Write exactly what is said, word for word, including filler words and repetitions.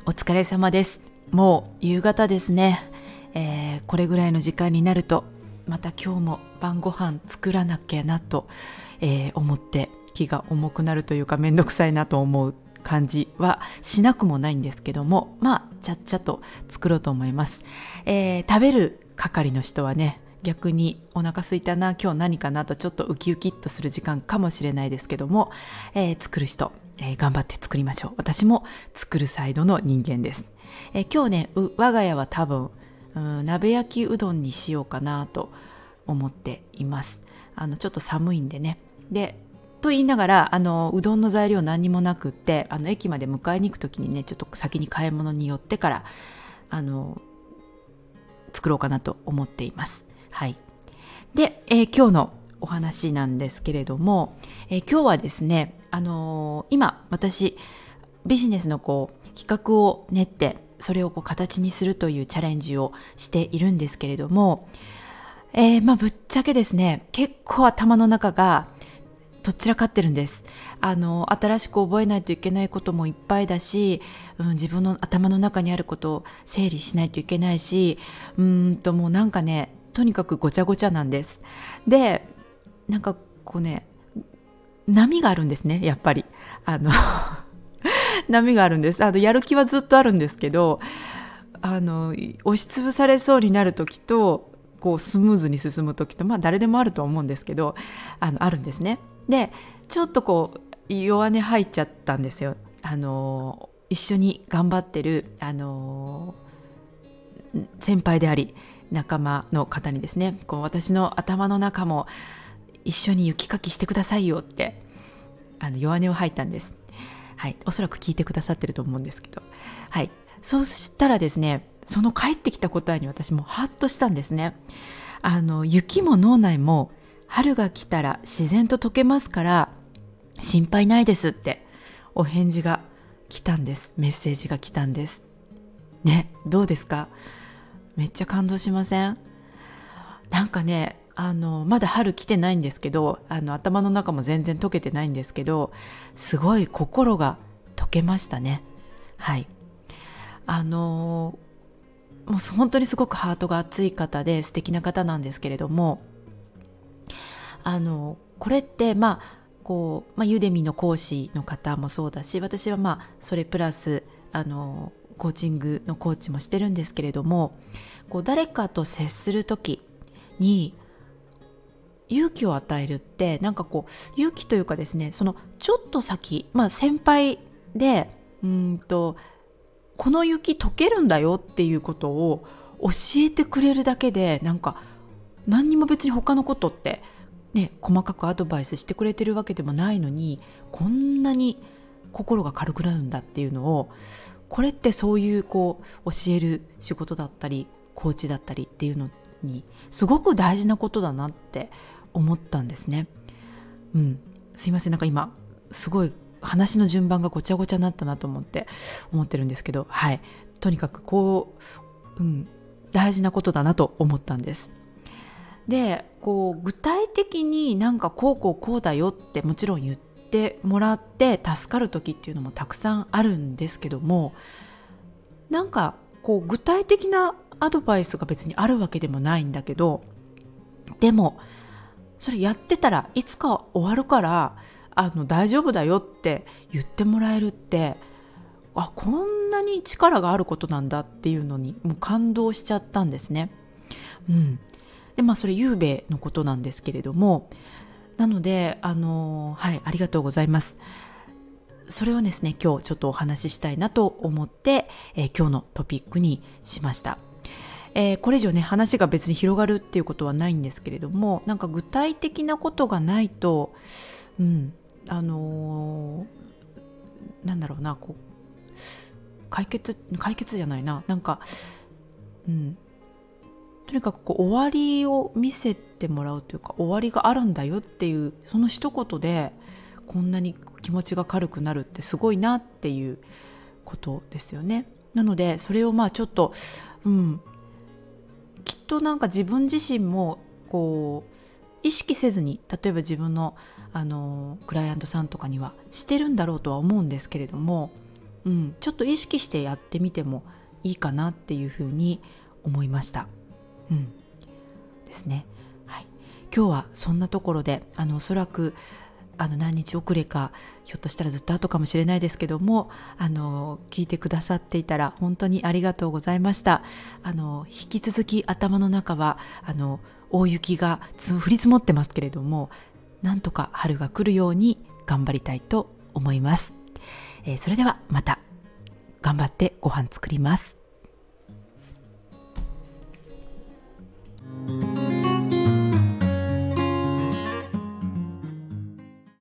お疲れ様です。もう夕方ですね、えー、これぐらいの時間になるとまた今日も晩ご飯作らなきゃなと、えー、思って気が重くなるというかめんどくさいなと思う感じはしなくもないんですけども、まあちゃっちゃと作ろうと思います。えー、食べる係の人はね、逆にお腹空いたな、今日何かなとちょっとウキウキっとする時間かもしれないですけども、えー、作る人、えー、頑張って作りましょう。私も作るサイドの人間です。えー、今日ね、我が家は多分、うん、鍋焼きうどんにしようかなと思っています。あのちょっと寒いんでね。でと言いながら、あのうどんの材料何にもなくって、あの駅まで迎えに行くときにね、ちょっと先に買い物に寄ってからあの作ろうかなと思っています。はい。で、えー、今日のお話なんですけれども、えー、今日はですね、あのー、今私ビジネスのこう企画を練ってそれをこう形にするというチャレンジをしているんですけれども、えー、まあぶっちゃけですね、結構頭の中がどちらかってるんです。あの新しく覚えないといけないこともいっぱいだし、うん、自分の頭の中にあることを整理しないといけないし、うーんともうなんかね、とにかくごちゃごちゃなんです。で、なんかこうね、波があるんですね、やっぱり。あの波があるんです。あのやる気はずっとあるんですけど、あの押しつぶされそうになる時と、こうスムーズに進む時と、まあ誰でもあると思うんですけど、あのあるんですね。で、ちょっとこう弱音入っちゃったんですよ。あの一緒に頑張ってるあの先輩であり仲間の方にですね、こう私の頭の中も一緒に雪かきしてくださいよってあの弱音を吐いたんです。はい、おそらく聞いてくださってると思うんですけど、はい、そうしたらですね、その返ってきた答えに私もハッとしたんですね。あの雪も脳内も春が来たら自然と溶けますから心配ないですってお返事が来たんです。メッセージが来たんですね。どうですか？めっちゃ感動しません？なんかね、あのまだ春来てないんですけど、あの頭の中も全然溶けてないんですけど、すごい心が溶けましたね。はい。あのもう本当にすごくハートが熱い方で素敵な方なんですけれども、あのこれってまあこう、まあ、ユーデミの講師の方もそうだし、私はまあそれプラスあのコーチングのコーチもしてるんですけれども、こう誰かと接するときに勇気を与えるって、なんかこう勇気というかですね、そのちょっと先、まあ先輩でうーんとこの雪溶けるんだよっていうことを教えてくれるだけで、なんか何にも別に他のことってね、細かくアドバイスしてくれてるわけでもないのに、こんなに心が軽くなるんだっていうのを、これってそういうこう教える仕事だったりコーチだったりっていうのにすごく大事なことだなって思ったんですね。うん、すいません、なんか今すごい話の順番がごちゃごちゃになったなと思って思ってるんですけど、はい、とにかくこう、うん、大事なことだなと思ったんです。で、こう具体的になんかこうこうこうだよってもちろん言ってもらって助かる時っていうのもたくさんあるんですけども、なんかこう具体的なアドバイスが別にあるわけでもないんだけど、でもそれやってたらいつか終わるからあの大丈夫だよって言ってもらえるって、あ、こんなに力があることなんだっていうのにもう感動しちゃったんですね。うん。で、まあそれゆうべのことなんですけれども、なのであのはい、ありがとうございます。それをですね、今日ちょっとお話ししたいなと思って、えー、今日のトピックにしました。えー、これ以上ね話が別に広がるっていうことはないんですけれども、なんか具体的なことがないと、うん、あのー、なんだろうな、こう解決解決じゃないな、なんか、うん、とにかくこう終わりを見せてもらうというか、終わりがあるんだよっていうその一言でこんなに気持ちが軽くなるってすごいなっていうことですよね。なのでそれをまあちょっと、うん、きっとなんか自分自身もこう意識せずに、例えば自分のあのクライアントさんとかにはしてるんだろうとは思うんですけれども、 うん、ちょっと意識してやってみてもいいかなっていうふうに思いました。うんですね。はい、今日はそんなところで、あのおそらくあの何日遅れか、ひょっとしたらずっと後かもしれないですけども、あの聞いてくださっていたら本当にありがとうございました。あの引き続き頭の中はあの大雪がつ降り積もってますけれども、なんとか春が来るように頑張りたいと思います。えー、それではまた頑張ってご飯作ります。